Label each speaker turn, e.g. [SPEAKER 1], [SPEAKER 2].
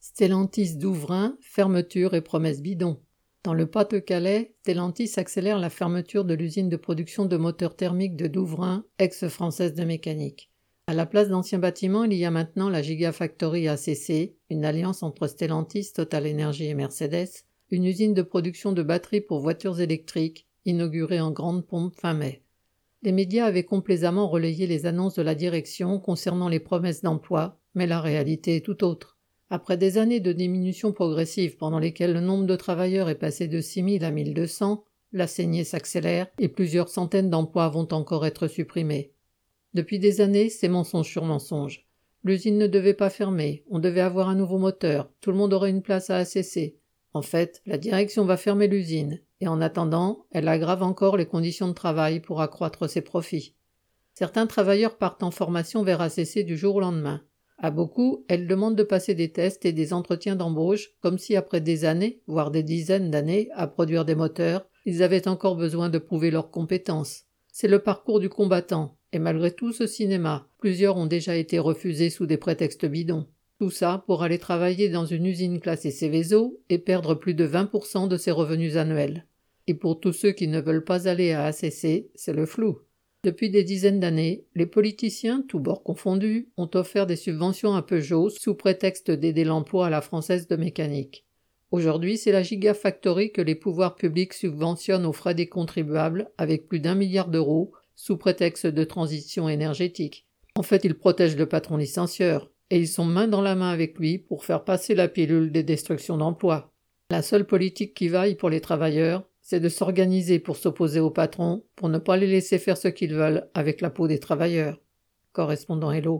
[SPEAKER 1] Stellantis Douvrin, fermeture et promesses bidons. Dans le Pas-de-Calais, Stellantis accélère la fermeture de l'usine de production de moteurs thermiques de Douvrin, ex-Française de Mécanique. À la place d'anciens bâtiments, il y a maintenant la Gigafactory ACC, une alliance entre Stellantis, Total Energy et Mercedes, une usine de production de batteries pour voitures électriques, inaugurée en grande pompe fin mai. Les médias avaient complaisamment relayé les annonces de la direction concernant les promesses d'emploi, mais la réalité est tout autre. Après des années de diminution progressive pendant lesquelles le nombre de travailleurs est passé de 6 000 à 1 200, la saignée s'accélère et plusieurs centaines d'emplois vont encore être supprimés. Depuis des années, c'est mensonge sur mensonge. L'usine ne devait pas fermer, on devait avoir un nouveau moteur, tout le monde aurait une place à ACC. En fait, la direction va fermer l'usine, et en attendant, elle aggrave encore les conditions de travail pour accroître ses profits. Certains travailleurs partent en formation vers ACC du jour au lendemain. À beaucoup, elle demande de passer des tests et des entretiens d'embauche, comme si après des années, voire des dizaines d'années, à produire des moteurs, ils avaient encore besoin de prouver leurs compétences. C'est le parcours du combattant, et malgré tout ce cinéma, plusieurs ont déjà été refusés sous des prétextes bidons. Tout ça pour aller travailler dans une usine classée Seveso et perdre plus de 20% de ses revenus annuels. Et pour tous ceux qui ne veulent pas aller à ACC, c'est le flou. Depuis des dizaines d'années, les politiciens, tous bords confondus, ont offert des subventions à Peugeot sous prétexte d'aider l'emploi à la Française de Mécanique. Aujourd'hui, c'est la Gigafactory que les pouvoirs publics subventionnent aux frais des contribuables avec plus d'1 milliard d'euros sous prétexte de transition énergétique. En fait, ils protègent le patron licencieur et ils sont main dans la main avec lui pour faire passer la pilule des destructions d'emplois. La seule politique qui vaille pour les travailleurs, c'est de s'organiser pour s'opposer au patron, pour ne pas les laisser faire ce qu'ils veulent avec la peau des travailleurs. Correspondant Hello.